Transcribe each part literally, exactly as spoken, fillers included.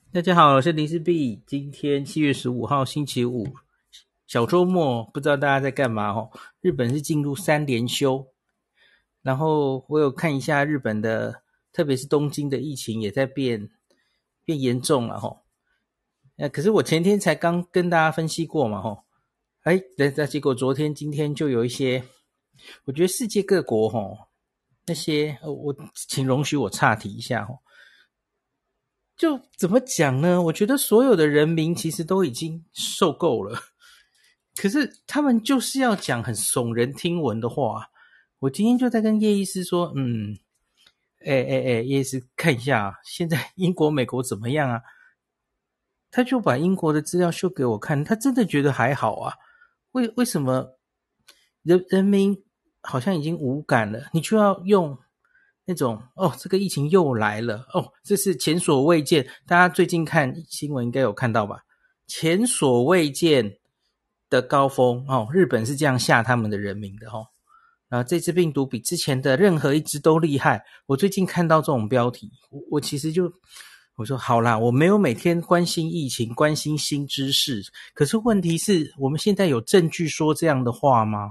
大家好，我是林思碧。今天七月十五号星期五，小周末，不知道大家在干嘛哦？日本是进入三连休，然后我有看一下日本的，特别是东京的疫情也在变变严重了吼。呃，可是我前天才刚跟大家分析过嘛吼，哎，那那结果昨天、今天就有一些，我觉得世界各国吼那些，呃我请容许我岔题一下吼。就怎么讲呢？我觉得所有的人民其实都已经受够了，可是他们就是要讲很耸人听闻的话。我今天就在跟叶医师说，嗯，哎哎哎，叶医师看一下啊，现在英国、美国怎么样啊？他就把英国的资料秀给我看，他真的觉得还好啊。为为什么人人民好像已经无感了？你就要用那种哦，这个疫情又来了哦，这是前所未见。大家最近看新闻应该有看到吧？前所未见的高峰哦，日本是这样吓他们的人民的哦。然后这支病毒比之前的任何一支都厉害。我最近看到这种标题，我我其实就我说好啦，我没有每天关心疫情、关心新知识，可是问题是我们现在有证据说这样的话吗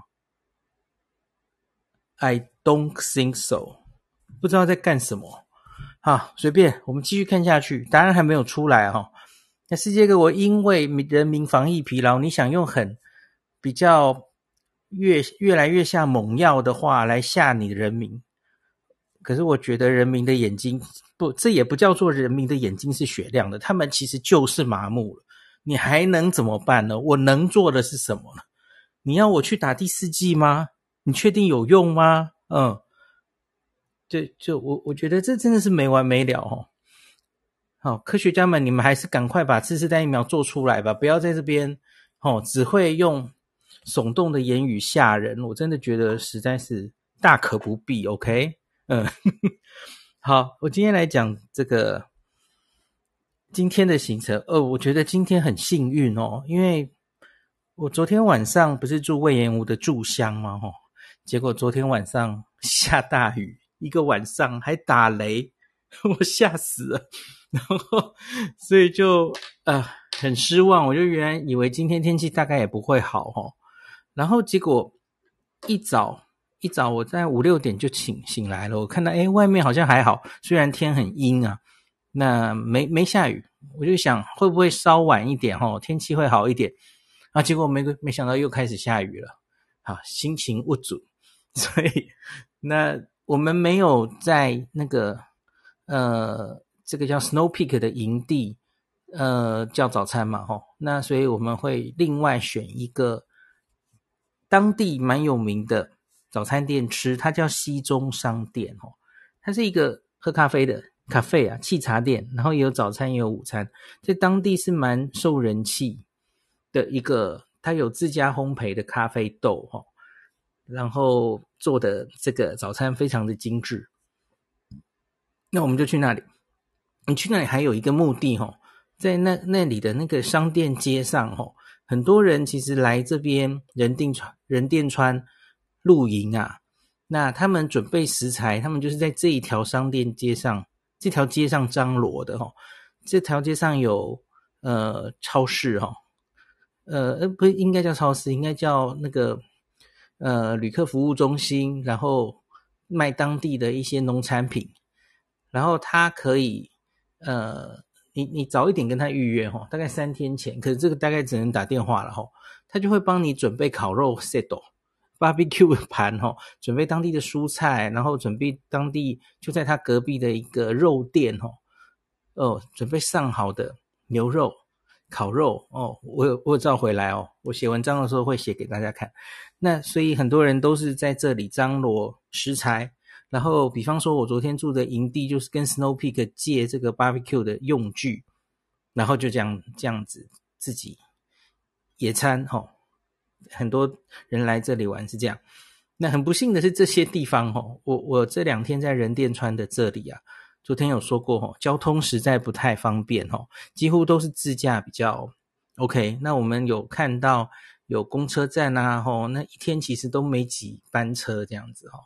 ？I don't think so。不知道在干什么。好，随便，我们继续看下去。答案还没有出来哈、哦。那世界各国因为人民防疫疲劳，你想用很比较越越来越像猛药的话来吓你的人民，可是我觉得人民的眼睛不，这也不叫做人民的眼睛是雪亮的，他们其实就是麻木了。你还能怎么办呢？我能做的是什么呢？你要我去打第四剂吗？你确定有用吗？嗯，就就我我觉得这真的是没完没了哦。好，科学家们，你们还是赶快把次世代疫苗做出来吧，不要在这边哦，只会用耸动的言语吓人，我真的觉得实在是大可不必。OK， 嗯，好，我今天来讲这个今天的行程。呃，我觉得今天很幸运哦，因为我昨天晚上不是住魏延屋的住乡吗？哦，结果昨天晚上下大雨，一个晚上还打雷，我吓死了。然后所以就呃很失望，我就原来以为今天天气大概也不会好齁，然后结果一早一早我在五六点就醒醒来了，我看到诶外面好像还好，虽然天很阴啊，那没没下雨，我就想会不会稍晚一点齁，天气会好一点啊，结果没没想到又开始下雨了，好，心情不足，所以那我们没有在那个呃这个叫 Snow Peak 的营地呃叫早餐嘛齁，那所以我们会另外选一个当地蛮有名的早餐店吃，它叫西中商店齁，它是一个喝咖啡的咖啡啊，沏茶店，然后也有早餐也有午餐，在当地是蛮受人气的一个，它有自家烘焙的咖啡豆齁，然后做的这个早餐非常的精致，那我们就去那里。你去那里还有一个目的齁，在那那里的那个商店街上齁，很多人其实来这边人定川人店川露营啊，那他们准备食材，他们就是在这一条商店街上，这条街上张罗的齁，这条街上有呃超市齁，呃不应该叫超市，应该叫那个呃旅客服务中心，然后卖当地的一些农产品，然后它可以呃，你你早一点跟他预约齁，大概三天前，可是这个大概只能打电话了齁，他就会帮你准备烤肉 set、barbecue 盘齁，准备当地的蔬菜，然后准备当地就在他隔壁的一个肉店齁，哦，准备上好的牛肉、烤肉哦，我有我有照回来哦，我写文章的时候会写给大家看。那所以很多人都是在这里张罗食材。然后比方说我昨天住的营地就是跟 Snow Peak 借这个 barbecue 的用具，然后就这样这样子自己野餐齁、哦，很多人来这里玩是这样。那很不幸的是这些地方齁、哦，我我这两天在仁淀川的这里啊，昨天有说过齁、哦，交通实在不太方便齁、哦，几乎都是自驾比较 OK。那我们有看到有公车站啊齁、哦，那一天其实都没几班车这样子齁、哦。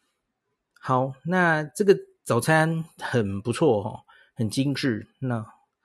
好，那这个早餐很不错齁，很精致。那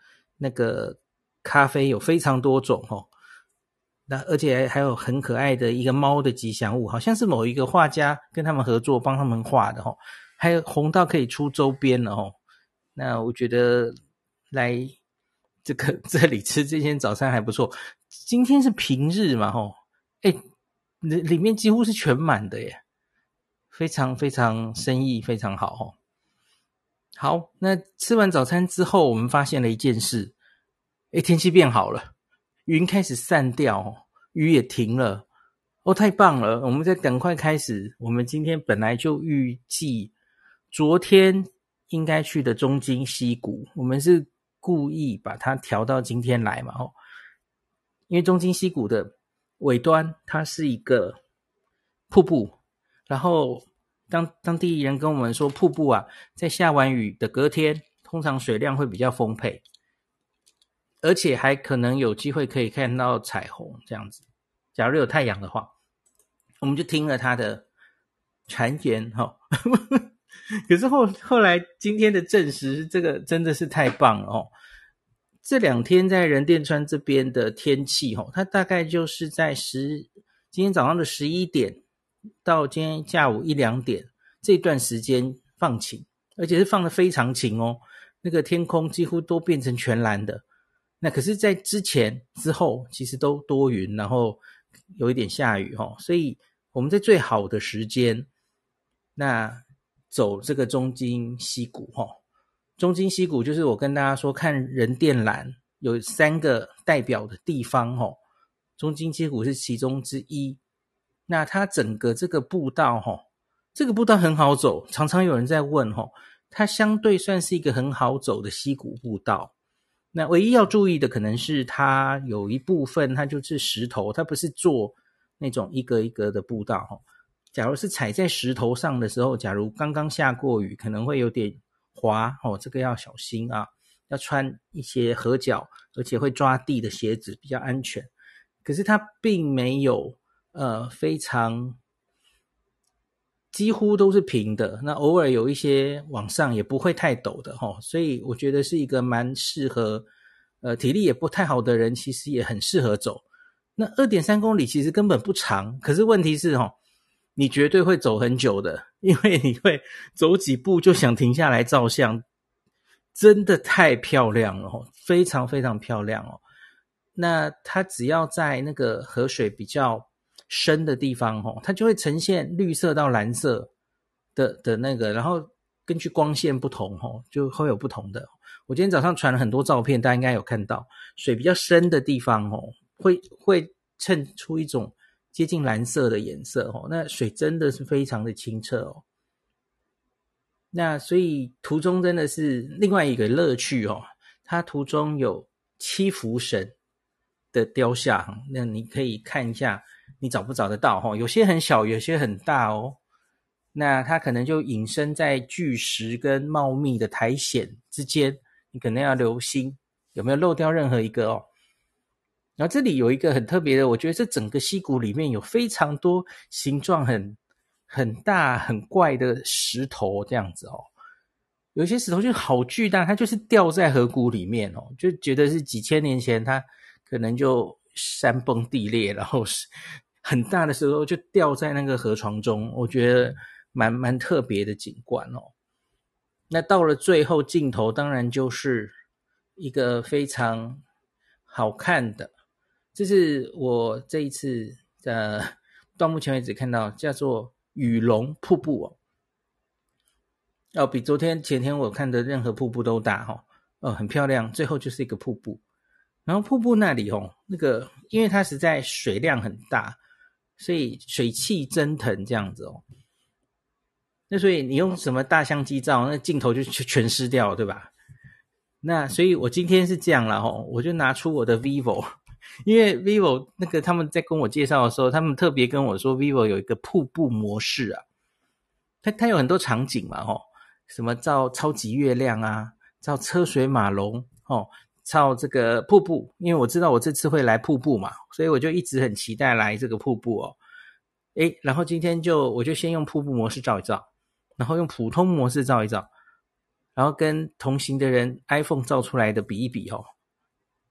那个咖啡有非常多种哦，那而且还有很可爱的一个猫的吉祥物，好像是某一个画家跟他们合作帮他们画的哦，还有红到可以出周边了哦。那我觉得来这个这里吃这间早餐还不错。今天是平日嘛吼，诶里里面几乎是全满的耶，非常非常生意非常好吼。好，那吃完早餐之后，我们发现了一件事，诶天气变好了，云开始散掉，雨也停了，哦，太棒了！我们再赶快开始。我们今天本来就预计昨天应该去的中金溪谷，我们是故意把它调到今天来嘛，哦，因为中金溪谷的尾端它是一个瀑布，然后当当地人跟我们说，瀑布啊，在下完雨的隔天，通常水量会比较丰沛，而且还可能有机会可以看到彩虹这样子。假如有太阳的话，我们就听了他的谗言哈、哦。可是后后来今天的证实，这个真的是太棒了哦。这两天在仁淀川这边的天气哦，它大概就是在十今天早上的十一点到今天下午一两点这段时间放晴，而且是放得非常晴哦，那个天空几乎都变成全蓝的。那可是在之前之后其实都多云，然后有一点下雨哦，所以我们在最好的时间那走这个中金溪谷哦。中金溪谷就是我跟大家说看仁淀蓝有三个代表的地方哦，中金溪谷是其中之一。那它整个这个步道哦，这个步道很好走，常常有人在问哦，它相对算是一个很好走的溪谷步道。那唯一要注意的可能是它有一部分它就是石头，它不是做那种一格一格的步道哦。假如是踩在石头上的时候，假如刚刚下过雨，可能会有点滑哦，这个要小心啊，要穿一些合脚而且会抓地的鞋子比较安全。可是它并没有呃非常几乎都是平的，那偶尔有一些往上也不会太陡的齁，所以我觉得是一个蛮适合呃体力也不太好的人其实也很适合走。那 二点三公里其实根本不长，可是问题是齁，你绝对会走很久的，因为你会走几步就想停下来照相，真的太漂亮了齁，非常非常漂亮哦。那它只要在那个河水比较深的地方齁，它就会呈现绿色到蓝色的的那个，然后根据光线不同齁，就会有不同的。我今天早上传了很多照片，大家应该有看到，水比较深的地方齁，会会衬出一种接近蓝色的颜色齁，那水真的是非常的清澈哦。那所以途中真的是另外一个乐趣哦，它途中有七福神的雕像，那你可以看一下你找不找得到齁，有些很小有些很大哦。那它可能就隐身在巨石跟茂密的苔藓之间，你可能要留心有没有漏掉任何一个哦。然后这里有一个很特别的，我觉得这整个溪谷里面有非常多形状很很大很怪的石头这样子哦。有些石头就好巨大，它就是掉在河谷里面哦，就觉得是几千年前它可能就山崩地裂，然后很大的石头就掉在那个河床中，我觉得蛮蛮特别的景观哦。那到了最后尽头，当然就是一个非常好看的，这是我这一次呃到目前为止看到叫做雨龙瀑布哦。哦，比昨天前天我看的任何瀑布都大哦，哦，很漂亮，最后就是一个瀑布。然后瀑布那里哦，那个因为它实在水量很大，所以水汽蒸腾这样子哦。那所以你用什么大相机照，那镜头就全湿掉了，对吧？那所以我今天是这样啦齁，我就拿出我的 Vivo， 因为 Vivo 那个他们在跟我介绍的时候，他们特别跟我说 Vivo 有一个瀑布模式啊，它它有很多场景嘛齁，什么照超级月亮啊，照车水马龙齁，照这个瀑布，因为我知道我这次会来瀑布嘛，所以我就一直很期待来这个瀑布哦。诶，然后今天就我就先用瀑布模式照一照，然后用普通模式照一照，然后跟同行的人 iPhone 照出来的比一比哦，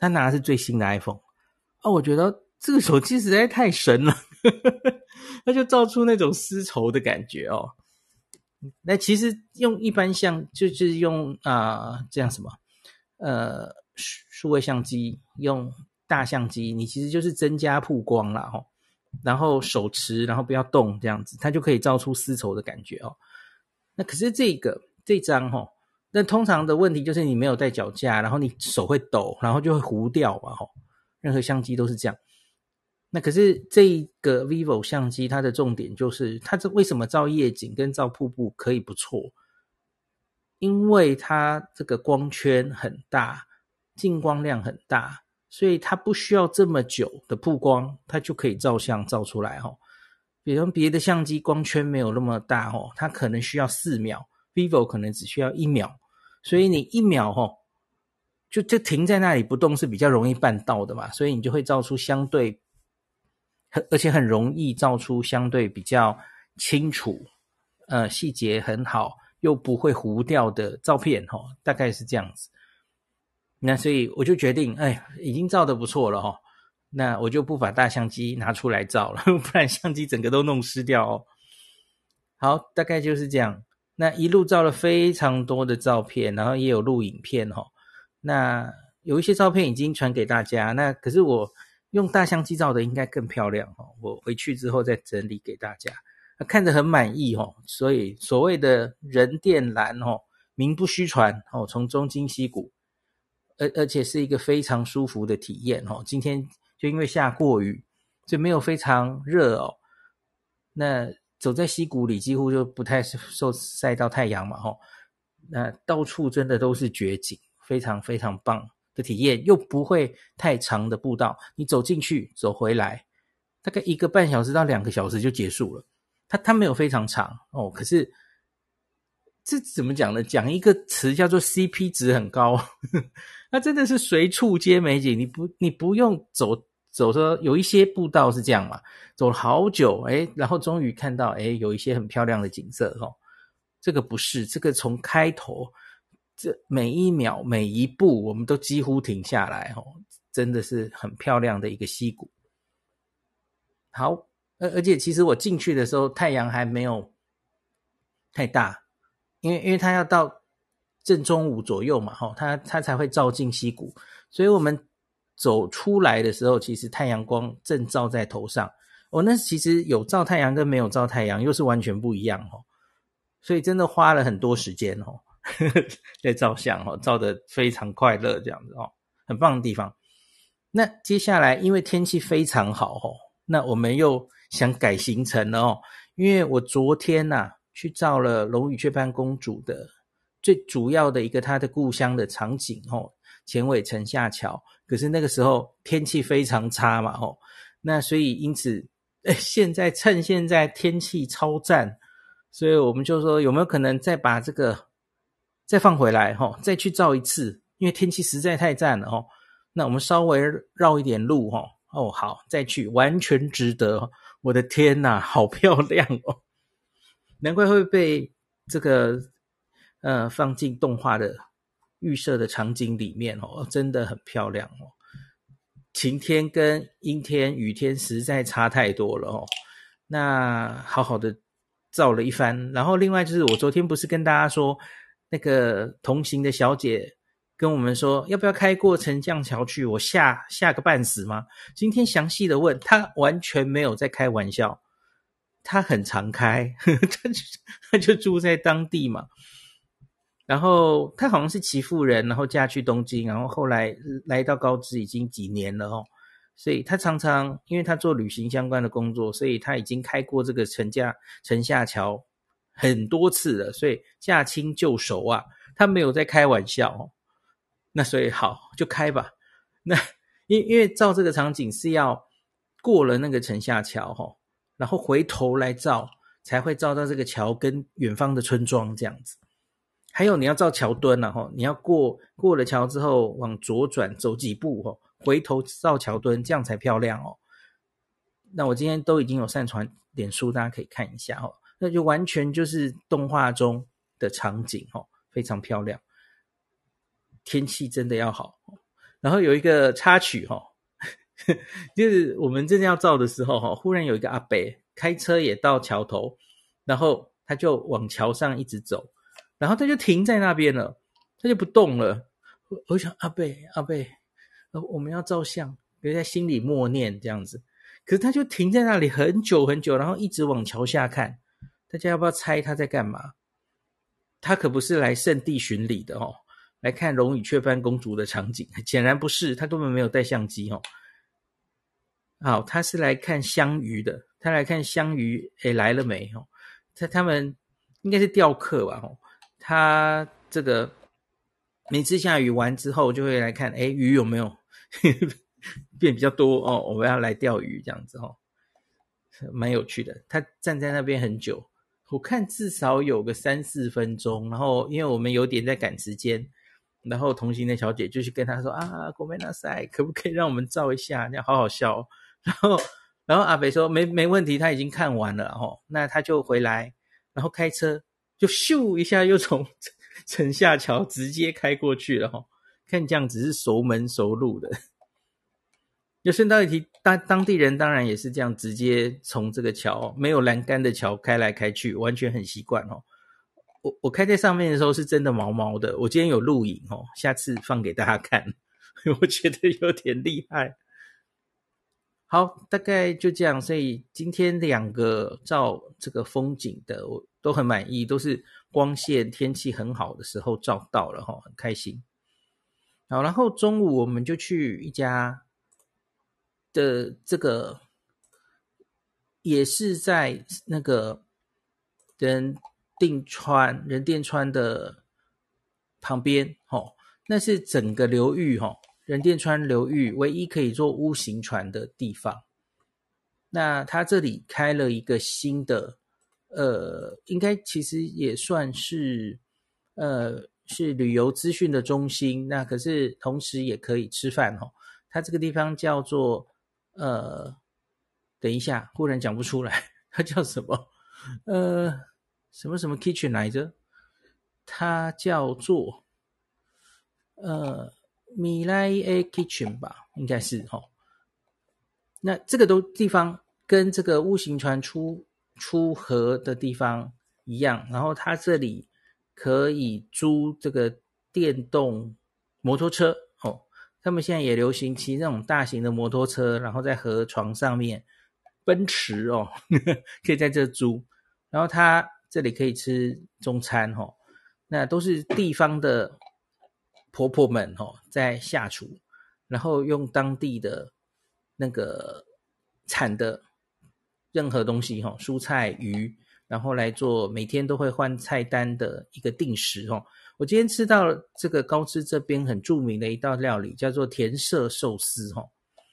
他拿的是最新的 iPhone。哦，我觉得这个手机实在太神了，它就照出那种丝绸的感觉哦。那其实用一般相就是用啊、呃、这样什么呃数位相机，用大相机，你其实就是增加曝光啦齁，然后手持，然后不要动这样子，它就可以照出丝绸的感觉哦。那可是这个这张齁，那通常的问题就是你没有带脚架，然后你手会抖，然后就会糊掉嘛齁，任何相机都是这样。那可是这个 Vivo 相机它的重点就是它这为什么照夜景跟照瀑布可以不错，因为它这个光圈很大，进光量很大，所以它不需要这么久的曝光，它就可以照相照出来齁。比如别的相机光圈没有那么大齁，它可能需要四秒， Vivo 可能只需要一秒，所以你一秒齁就就停在那里不动是比较容易办到的嘛，所以你就会照出相对而且很容易照出相对比较清楚呃细节很好又不会糊掉的照片齁，大概是这样子。那所以我就决定哎，已经照得不错了齁，那我就不把大相机拿出来照了，不然相机整个都弄湿掉哦。好，大概就是这样。那一路照了非常多的照片，然后也有录影片齁。那有一些照片已经传给大家，那可是我用大相机照的应该更漂亮齁，我回去之后再整理给大家。看着很满意齁，所以所谓的人电蓝齁，名不虚传齁，从中经溪谷，而而且是一个非常舒服的体验齁。今天就因为下过雨，所以没有非常热哦。那走在溪谷里几乎就不太受晒到太阳嘛齁，那到处真的都是绝景，非常非常棒的体验，又不会太长的步道，你走进去走回来大概一个半小时到两个小时就结束了。它它没有非常长哦，可是这怎么讲呢？讲一个词叫做 C P 值很高，那真的是随处皆美景，你不你不用走走说有一些步道是这样嘛，走了好久诶，然后终于看到诶有一些很漂亮的景色哦。这个不是，这个从开头这每一秒每一步我们都几乎停下来哦，真的是很漂亮的一个溪谷。好，而而且其实我进去的时候太阳还没有太大，因为因为它要到正中午左右嘛齁，它它才会照进溪谷，所以我们走出来的时候其实太阳光正照在头上。哦，那其实有照太阳跟没有照太阳又是完全不一样齁，所以真的花了很多时间齁在照相齁，照得非常快乐这样子齁，很棒的地方。那接下来因为天气非常好齁，那我们又想改行程了哦，因为我昨天呐、啊、去照了龙与雀斑公主的最主要的一个她的故乡的场景哦，前尾城下桥，可是那个时候天气非常差嘛哦，那所以因此现在趁现在天气超赞，所以我们就说有没有可能再把这个再放回来齁，再去照一次，因为天气实在太赞了齁，那我们稍微绕一点路齁，哦好，再去完全值得，我的天哪，好漂亮哦，难怪会被这个呃放进动画的预设的场景里面哦，真的很漂亮哦。晴天跟阴天雨天实在差太多了哦，那好好的照了一番。然后另外就是我昨天不是跟大家说那个同行的小姐跟我们说要不要开过城降桥去，我吓吓个半死吗？今天详细的问她，完全没有在开玩笑，她很常开呵呵，她就她就住在当地嘛，然后她好像是岐阜人，然后嫁去东京，然后后来来到高知已经几年了哦，所以她常常因为她做旅行相关的工作，所以她已经开过这个城架城下桥很多次了，所以驾轻就熟啊，她没有在开玩笑哦。那所以好就开吧，那因因为照这个场景是要过了那个城下桥齁，然后回头来照才会照到这个桥跟远方的村庄这样子。还有你要照桥墩啊齁，你要过过了桥之后往左转走几步齁，回头照桥墩，这样才漂亮哦。那我今天都已经有上传脸书，大家可以看一下齁，那就完全就是动画中的场景齁，非常漂亮。天气真的要好， 然后有一个插曲齁，就是我们正要照的时候齁，忽然有一个阿伯开车也到桥头，然后他就往桥上一直走，然后他就停在那边了，他就不动了。我想阿伯阿伯我们要照相，别在心里默念这样子，可是他就停在那里很久很久，然后一直往桥下看。大家要不要猜他在干嘛？他可不是来圣地巡礼的哦，来看龙与雀斑公主的场景，显然不是，他根本没有带相机哦。好，他是来看香鱼的，他来看香鱼诶来了没哦？他他们应该是钓客吧哦，他这个每次下雨完之后就会来看诶鱼有没有变比较多哦，我们要来钓鱼这样子哦，蛮有趣的。他站在那边很久，我看至少有个三四分钟，然后因为我们有点在赶时间，然后同行的小姐就去跟他说啊，ごめんなさい，可不可以让我们照一下？那样好好笑哦。然后，然后阿北说没没问题，他已经看完了哦，那他就回来，然后开车就咻一下又从城下桥直接开过去了哦。看这样子是熟门熟路的。就顺道一提，当当地人当然也是这样，直接从这个桥没有栏杆的桥开来开去，完全很习惯哦。我我开在上面的时候是真的毛毛的，我今天有录影哦，下次放给大家看，我觉得有点厉害。好，大概就这样，所以今天两个照这个风景的我都很满意，都是光线天气很好的时候照到了哦，很开心。好，然后中午我们就去一家的这个也是在那个人定川人电川的旁边齁，那是整个流域齁，人电川流域唯一可以坐屋型船的地方。那它这里开了一个新的呃应该其实也算是呃是旅游资讯的中心，那可是同时也可以吃饭齁。它这个地方叫做呃，等一下，忽然讲不出来，它叫什么？呃，什么什么 kitchen 来着？它叫做呃米莱 A kitchen 吧，应该是齁。那这个都地方跟这个屋型船出出河的地方一样，然后它这里可以租这个电动摩托车哦。他们现在也流行骑那种大型的摩托车，然后在河床上面，奔驰哦，呵呵可以在这租。然后它这里可以吃中餐哦，那都是地方的婆婆们哦在下厨，然后用当地的那个产的任何东西齁，蔬菜鱼，然后来做每天都会换菜单的一个定时齁。我今天吃到这个高知这边很著名的一道料理叫做田舍寿司齁，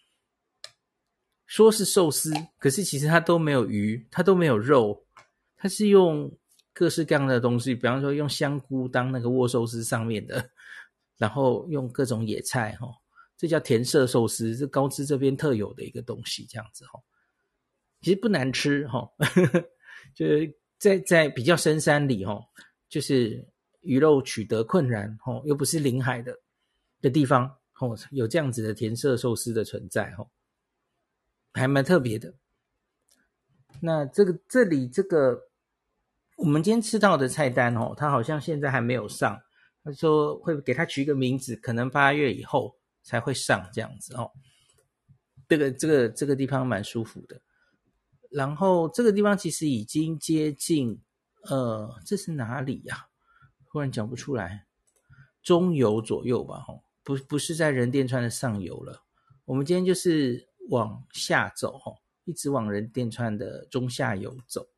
说是寿司，可是其实它都没有鱼，它都没有肉，它是用各式各样的东西，比方说用香菇当那个握寿司上面的，然后用各种野菜齁，这叫田舍寿司，是高知这边特有的一个东西这样子齁。其实不难吃齁，就是在在比较深山里齁，就是鱼肉取得困难齁，又不是临海的的地方齁，有这样子的田舍寿司的存在齁，还蛮特别的。那这个这里这个我们今天吃到的菜单齁，它好像现在还没有上，他说会给它取一个名字，可能八月以后才会上这样子齁。这个这个这个地方蛮舒服的。然后这个地方其实已经接近呃这是哪里呀、啊、忽然讲不出来，中游左右吧齁，不不是在人电川的上游了。我们今天就是往下走齁，一直往人电川的中下游走。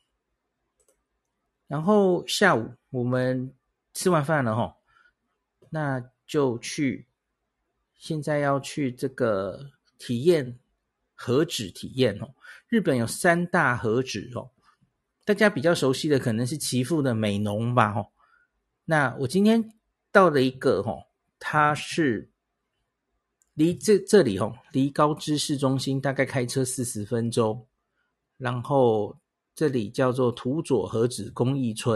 然后下午我们吃完饭了齁，那就去现在要去这个体验和纸体验哦。日本有三大和纸哦，大家比较熟悉的可能是岐阜的美浓吧哦。那我今天到了一个哦，它是离这这里哦，离高知市中心大概开车四十分钟，然后这里叫做土佐和纸工艺村，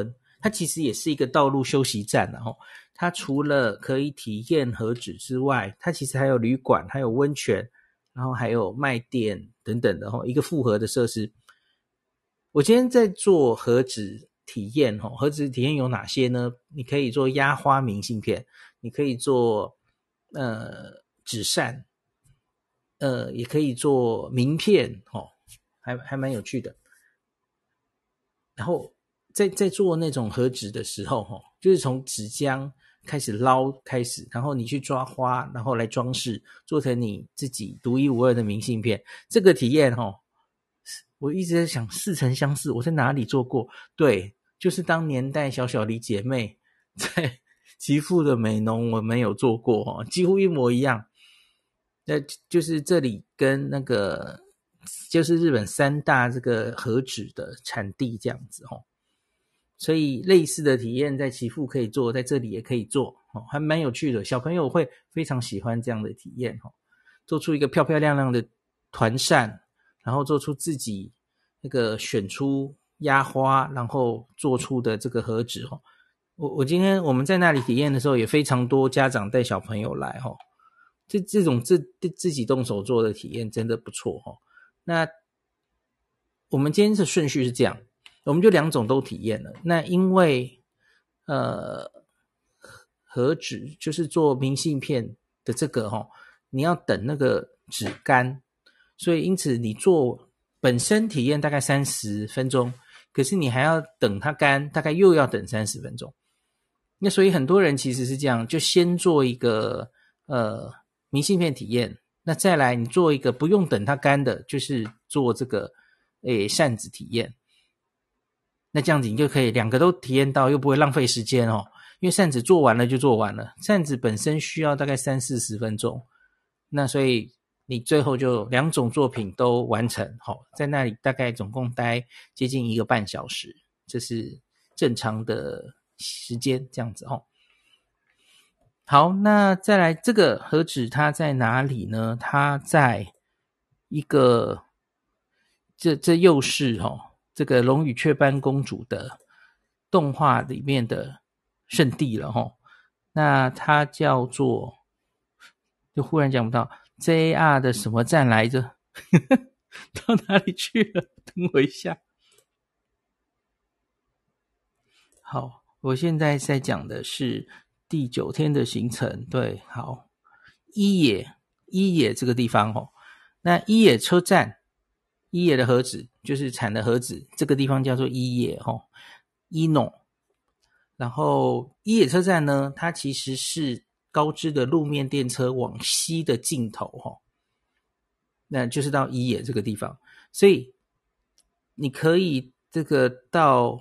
它其实也是一个道路休息站然后它除了可以体验核子之外，它其实还有旅馆，还有温泉，然后还有卖店等等的一个复合的设施。我今天在做核子体验，核子体验有哪些呢？你可以做压花明信片，你可以做呃纸扇，呃也可以做名片，还还蛮有趣的。然后在在做那种核子的时候，就是从纸浆开始捞开始，然后你去抓花，然后来装饰，做成你自己独一无二的明信片。这个体验我一直在想似曾相识，我在哪里做过？对，就是当年带小小李姐妹在岐阜的美浓，我们有做过，几乎一模一样。那就是这里跟那个就是日本三大这个核子的产地这样子齁，所以类似的体验在岐阜可以做，在这里也可以做，还蛮有趣的，小朋友会非常喜欢这样的体验，做出一个漂漂亮亮的团扇，然后做出自己那个选出压花，然后做出的这个盒子。我我今天我们在那里体验的时候，也非常多家长带小朋友来，这这种自自己动手做的体验真的不错。那我们今天的顺序是这样，我们就两种都体验了。那因为呃盒子就是做明信片的这个齁，你要等那个纸干，所以因此你做本身体验大概三十分钟，可是你还要等它干，大概又要等三十分钟。那所以很多人其实是这样，就先做一个呃明信片体验，那再来你做一个不用等它干的，就是做这个诶扇子体验。那这样子你就可以两个都体验到，又不会浪费时间哦。因为扇子做完了就做完了，扇子本身需要大概三四十分钟，那所以你最后就两种作品都完成，好，在那里大概总共待接近一个半小时，这是正常的时间这样子哦。好，那再来这个盒子它在哪里呢？它在一个这这又是哦这个龙与雀斑公主的动画里面的圣地了齁，那它叫做，就忽然讲不到 J R 的什么站来着到哪里去了，等我一下。好，我现在在讲的是第九天的行程，对，好，一野一野这个地方齁，那一野车站，一野的盒子就是产的盒子，这个地方叫做一野齁，一农。然后一野车站呢，它其实是高知的路面电车往西的尽头齁，那就是到一野这个地方，所以你可以这个到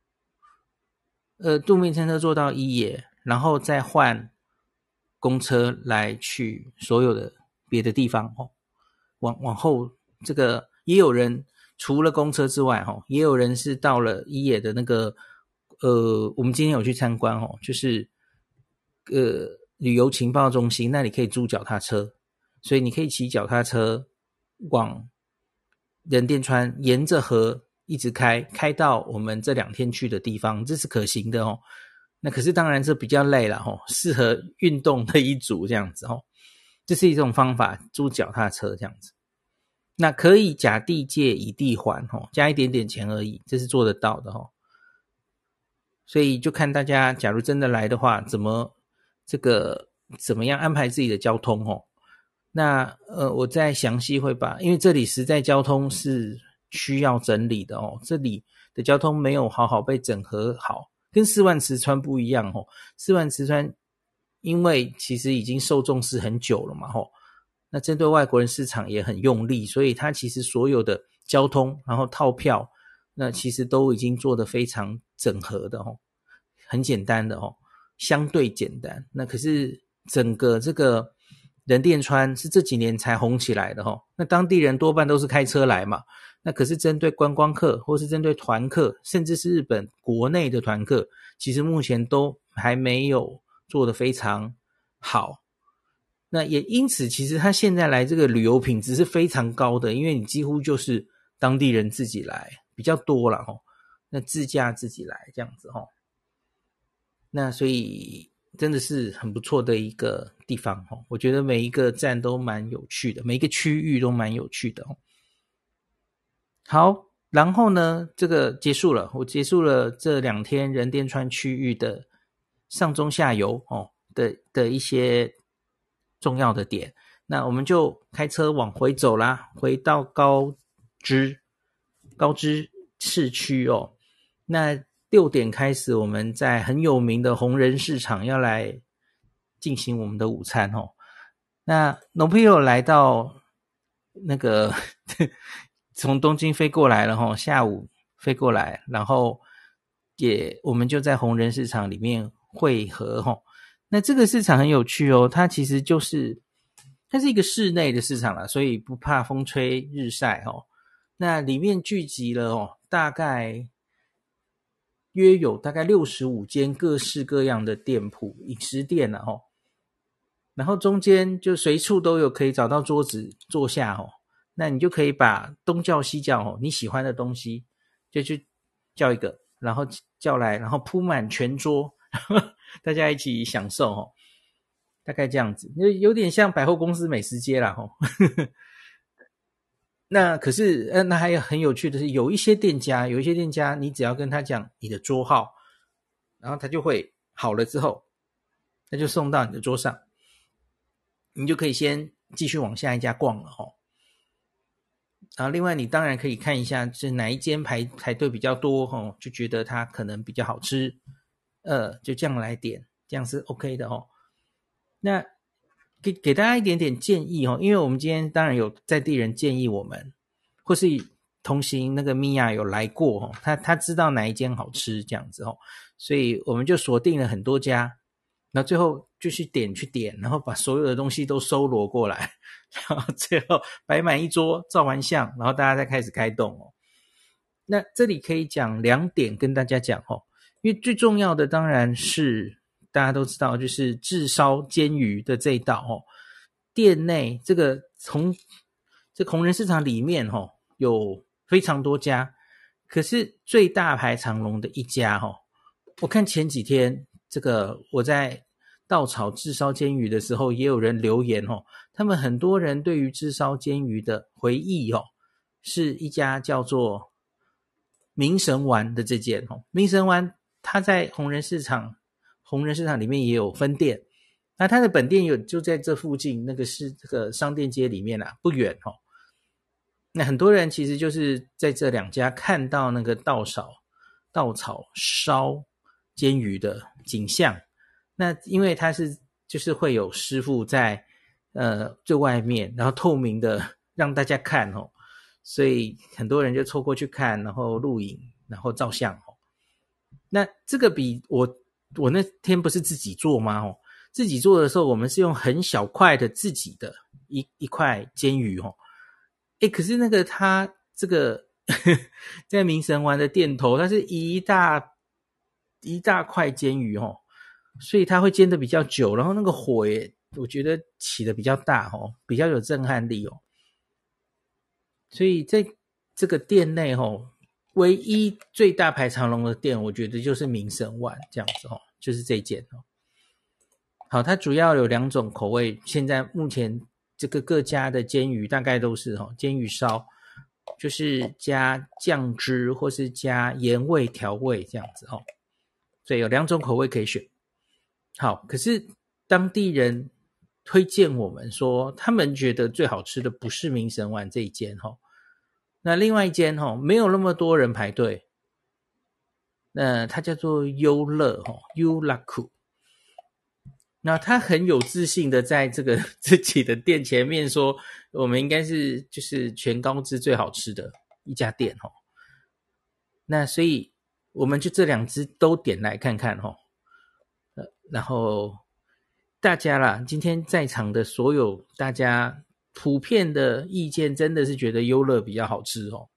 呃路面电车坐到一野，然后再换公车来去所有的别的地方齁。往往后这个也有人除了公车之外齁，也有人是到了一野的那个呃，我们今天有去参观哦，就是呃旅游情报中心，那里可以租脚踏车，所以你可以骑脚踏车往人电川沿着河一直开，开到我们这两天去的地方，这是可行的哦。那可是当然这比较累了哦，适合运动的一组这样子哦，这是一种方法，租脚踏车这样子。那可以甲地借乙地还哦，加一点点钱而已，这是做得到的哦。所以就看大家假如真的来的话，怎么这个怎么样安排自己的交通哦。那呃我再详细会把，因为这里实在交通是需要整理的哦，这里的交通没有好好被整合好，跟四万石川不一样哦。四万石川因为其实已经受重视很久了嘛吼，那针对外国人市场也很用力，所以它其实所有的交通然后套票那其实都已经做得非常整合的哦，很简单的哦，相对简单。那可是整个这个人电川是这几年才红起来的哦，那当地人多半都是开车来嘛，那可是针对观光客或是针对团客，甚至是日本国内的团客，其实目前都还没有做得非常好。那也因此其实他现在来这个旅游品质是非常高的，因为你几乎就是当地人自己来比较多啦齁，那自驾自己来这样子齁。 那所以真的是很不错的一个地方哦，我觉得每一个站都蛮有趣的，每一个区域都蛮有趣的哦。好，然后呢，这个结束了，我结束了这两天仁淀川区域的上中下游哦的的一些重要的点，那我们就开车往回走啦，回到高知高知市区哦。那六点开始，我们在很有名的红人市场要来进行我们的午餐哦。那 Nopio 来到那个从东京飞过来了齁，下午飞过来，然后也我们就在红人市场里面汇合齁。那这个市场很有趣哦，它其实就是它是一个室内的市场啦，所以不怕风吹日晒齁。那里面聚集了哦，大概约有大概六十五间各式各样的店铺，饮食店啦齁。然后中间就随处都有可以找到桌子坐下哦，那你就可以把东叫西叫哦，你喜欢的东西就去叫一个，然后叫来，然后铺满全桌，大家一起享受哦，大概这样子，有点像百货公司美食街啦哦。那可是呃，那还有很有趣的是，有一些店家，有一些店家，你只要跟他讲你的桌号，然后他就会好了之后，他就送到你的桌上，你就可以先继续往下一家逛了齁。然后另外你当然可以看一下是哪一间排排队比较多齁，就觉得它可能比较好吃，呃，就这样来点，这样是 OK 的齁。那给给大家一点点建议齁，因为我们今天当然有在地人建议我们，或是同行那个米娅有来过齁，他他知道哪一间好吃这样子齁，所以我们就锁定了很多家，那最后就去点去点，然后把所有的东西都收罗过来，然后最后摆满一桌，照完相，然后大家再开始开动哦。那这里可以讲两点跟大家讲哦，因为最重要的当然是大家都知道，就是炙烧煎鱼的这一道哦。店内这个从这红人市场里面哦，有非常多家，可是最大排长龙的一家哦，我看前几天这个我在稻草炙烧煎鱼的时候，也有人留言哦，他们很多人对于炙烧煎鱼的回忆哦，是一家叫做明神丸的这间哦。明神丸它在红人市场，红人市场里面也有分店，那它的本店有就在这附近，那个是这个商店街里面啊，不远哦。那很多人其实就是在这两家看到那个稻草稻草烧煎鱼的景象。那因为它是就是会有师傅在呃最外面，然后透明的让大家看哦，所以很多人就凑过去看，然后录影，然后照相哦。那这个比我我那天不是自己做吗？哦，自己做的时候，我们是用很小块的自己的一一块煎鱼哦。诶，可是那个它这个在明神丸的店头，它是一大一大块煎鱼哦。所以它会煎得比较久，然后那个火也我觉得起得比较大哦，比较有震撼力哦。所以在这个店内哦，唯一最大排长龙的店，我觉得就是明神丸这样子哦，就是这间哦。好，它主要有两种口味，现在目前这个各家的煎鱼大概都是哦，煎鱼烧就是加酱汁或是加盐味调味这样子哦，所以有两种口味可以选。好，可是当地人推荐我们说，他们觉得最好吃的不是明神丸这一间齁，那另外一间齁没有那么多人排队，那它叫做优乐齁 Yuraku， 那他很有自信的在这个自己的店前面说，我们应该是就是全高知最好吃的一家店齁，那所以我们就这两支都点来看看齁。然后大家啦，今天在场的所有大家普遍的意见真的是觉得优乐比较好吃哦。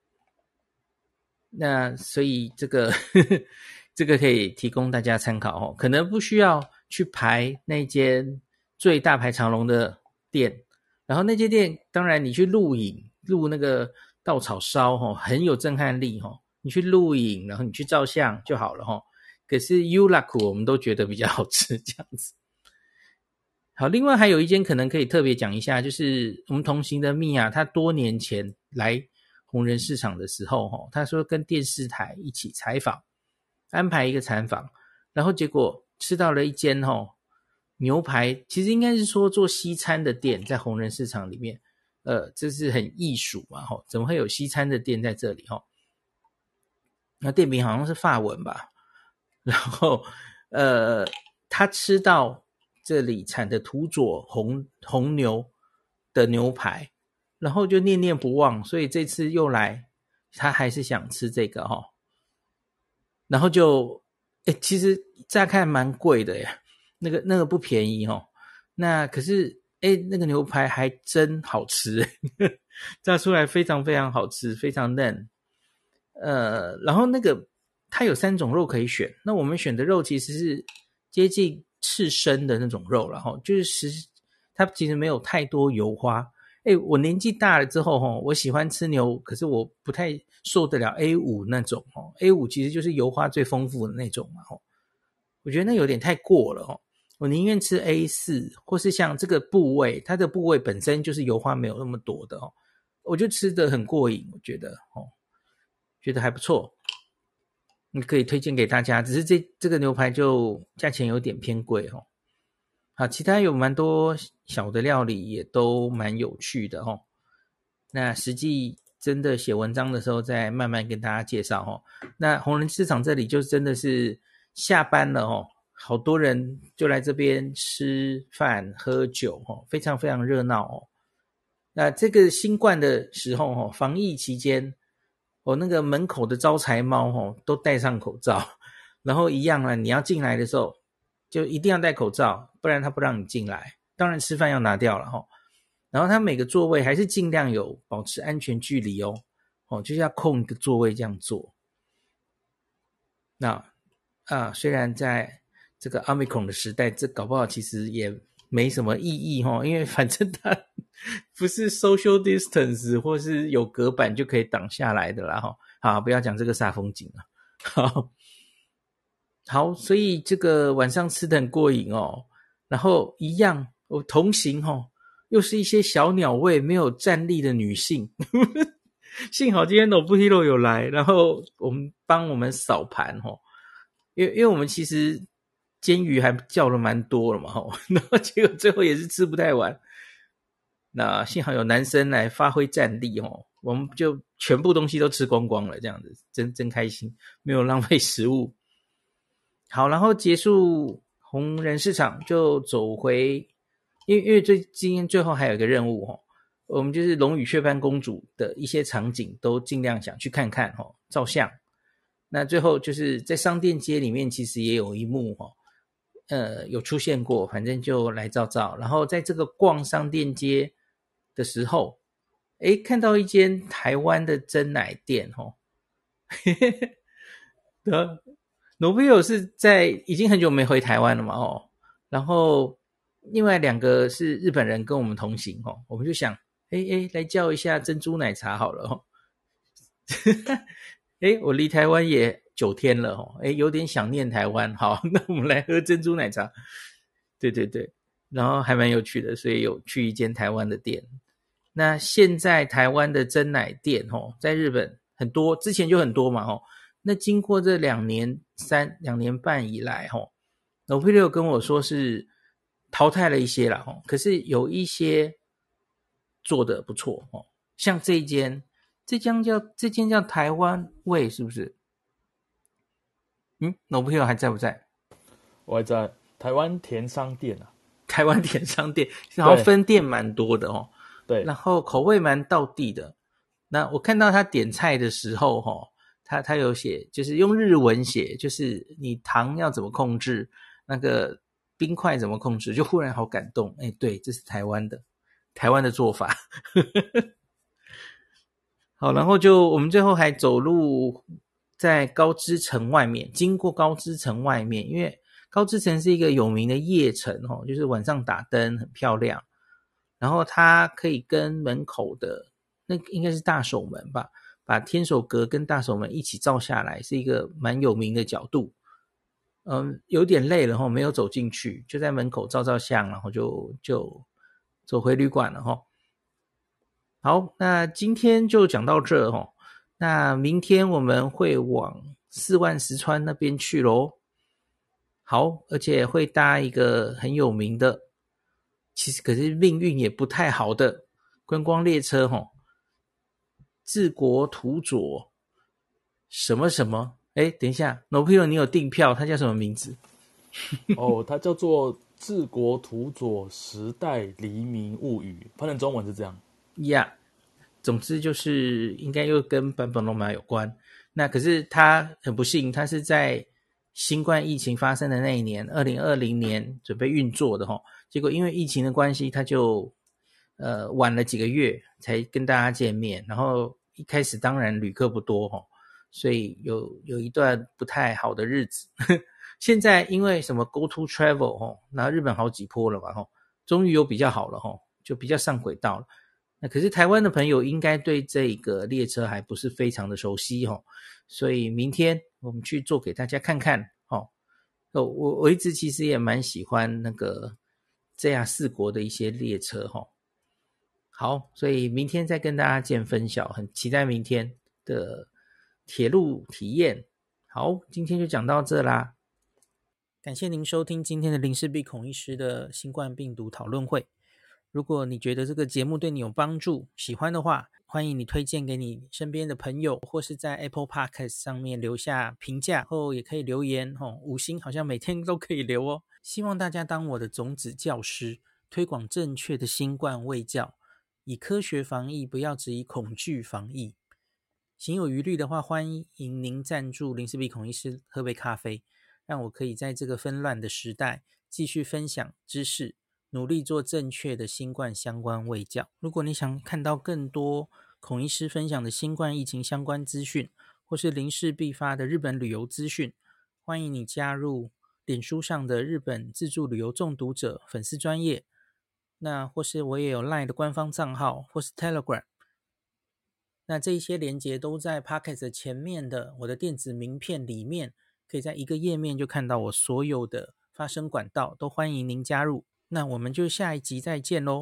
那所以这个呵呵这个可以提供大家参考哦，可能不需要去排那间最大排长龙的店，然后那间店当然你去录影录那个稻草烧哦，很有震撼力哦，你去录影然后你去照相就好了哦。 可是 Yulaku 我们都觉得比较好吃这样子。好，另外还有一间可能可以特别讲一下，就是我们同行的蜜啊，他多年前来红人市场的时候齁，他说跟电视台一起采访，安排一个采访，然后结果吃到了一间齁牛排，其实应该是说做西餐的店，在红人市场里面，呃，这是很艺术嘛齁，怎么会有西餐的店在这里齁？那店名好像是法文吧，然后呃，他吃到这里产的土佐红红牛的牛排，然后就念念不忘，所以这次又来，他还是想吃这个齁，然后就，诶，其实乍看蛮贵的耶，那个那个不便宜齁，那可是诶，那个牛排还真好吃耶，炸出来非常非常好吃，非常嫩。呃，然后那个它有三种肉可以选，那我们选的肉其实是接近刺身的那种肉，然后就是实它其实没有太多油花。诶，我年纪大了之后齁，我喜欢吃牛，可是我不太受得了 A 五 那种齁 A 五 其实就是油花最丰富的那种嘛齁，我觉得那有点太过了齁，我宁愿吃 A 四 或是像这个部位，它的部位本身就是油花没有那么多的齁，我就吃得很过瘾，我觉得齁，觉得还不错，你可以推荐给大家，只是这这个牛排就价钱有点偏贵齁。好，其他有蛮多小的料理也都蛮有趣的齁，那实际真的写文章的时候再慢慢跟大家介绍齁。那红人市场这里就真的是下班了齁，好多人就来这边吃饭喝酒齁，非常非常热闹齁。那这个新冠的时候齁，防疫期间，我、哦、那个门口的招财猫齁都戴上口罩，然后一样啊，你要进来的时候就一定要戴口罩，不然他不让你进来。当然吃饭要拿掉了齁。然后他每个座位还是尽量有保持安全距离哦，哦，就是要空一个座位这样做。那啊，虽然在这个 Omicron 的时代，这搞不好其实也没什么意义齁，因为反正它不是 social distance 或是有隔板就可以挡下来的啦齁。好，不要讲这个煞风景了。好，好，所以这个晚上吃得很过瘾哦。然后一样，我同行齁，又是一些小鸟胃没有站立的女性。幸好今天 Nobuhiro 有来，然后我们帮我们扫盘齁，因为因为我们其实煎鱼还叫了蛮多了嘛齁，然后结果最后也是吃不太完。那幸好有男生来发挥战力齁，我们就全部东西都吃光光了，这样子真真开心，没有浪费食物。好，然后结束红人市场就走回，因为因为最今天最后还有一个任务齁，我们就是龙与雀斑公主的一些场景都尽量想去看看齁，照相。那最后就是在商店街里面其实也有一幕齁，呃有出现过，反正就来照照。然后在这个逛商店街的时候，诶看到一间台湾的珍奶店齁，嘿嘿嘿，的Nobuhiro 是在已经很久没回台湾了嘛哦，然后另外两个是日本人跟我们同行哦，我们就想诶诶来叫一下珍珠奶茶好了哦。诶我离台湾也九天了哦，诶有点想念台湾，好，那我们来喝珍珠奶茶。对对对，然后还蛮有趣的，所以有去一间台湾的店。那现在台湾的珍奶店哦，在日本很多，之前就很多嘛哦。那经过这两年三两年半以来齁 Nobuhiro 跟我说是淘汰了一些啦齁，可是有一些做得不错齁，像这一间这间叫这间叫台湾味是不是？嗯 Nobuhiro 还在不在？ 我还在台湾田商店啊， 台湾田商店然后分店蛮多的齁， 对， 然后口味蛮道地的。那我看到他点菜的时候齁，他他有写，就是用日文写，就是你糖要怎么控制，那个冰块怎么控制，就忽然好感动。哎，对，这是台湾的，台湾的做法。好，然后就我们最后还走路在高知城外面，经过高知城外面，因为高知城是一个有名的夜城哦，就是晚上打灯很漂亮，然后它可以跟门口的那应该是大守门吧，把天守阁跟大守门一起照下来，是一个蛮有名的角度。 嗯，有点累了哈，没有走进去，就在门口照照相，然后就就走回旅馆了哈。好，那今天就讲到这哈。那明天我们会往四万石川那边去咯。好，而且会搭一个很有名的，其实可是命运也不太好的观光列车哈。治国土佐什么什么？哎，等一下 ，No P 你有订票，它叫什么名字？ 哦，它叫做《治国土佐时代黎明物语》，翻成中文是这样。 呀、yeah, 总之就是应该又跟坂本龙马有关。那可是他很不幸，他是在新冠疫情发生的那一年，二零二零年准备运作的齁，结果因为疫情的关系，他就呃晚了几个月才跟大家见面。然后一开始当然旅客不多齁，所以有有一段不太好的日子。现在因为什么 Go to Travel 齁，然后日本好几波了嘛齁，终于有比较好了齁，就比较上轨道了。那可是台湾的朋友应该对这个列车还不是非常的熟悉齁，所以明天我们去做给大家看看齁。我我一直其实也蛮喜欢那个 J R 四国的一些列车齁。好，所以明天再跟大家见分晓，很期待明天的铁路体验。好，今天就讲到这啦。感谢您收听今天的林氏璧孔医师的新冠病毒讨论会。如果你觉得这个节目对你有帮助，喜欢的话，欢迎你推荐给你身边的朋友，或是在 Apple Podcast 上面留下评价，后也可以留言哦，五星好像每天都可以留哦。希望大家当我的种子教师，推广正确的新冠卫教，以科学防疫，不要只以恐惧防疫。行有余力的话，欢迎您赞助林氏璧孔医师喝杯咖啡，让我可以在这个纷乱的时代继续分享知识，努力做正确的新冠相关卫教。如果你想看到更多孔医师分享的新冠疫情相关资讯，或是林氏璧发的日本旅游资讯，欢迎你加入脸书上的日本自助旅游中毒者粉丝专页，那或是我也有 LINE 的官方账号，或是 Telegram。那这一些连结都在 Podcast 前面的我的电子名片里面，可以在一个页面就看到我所有的发声管道，都欢迎您加入。那我们就下一集再见咯。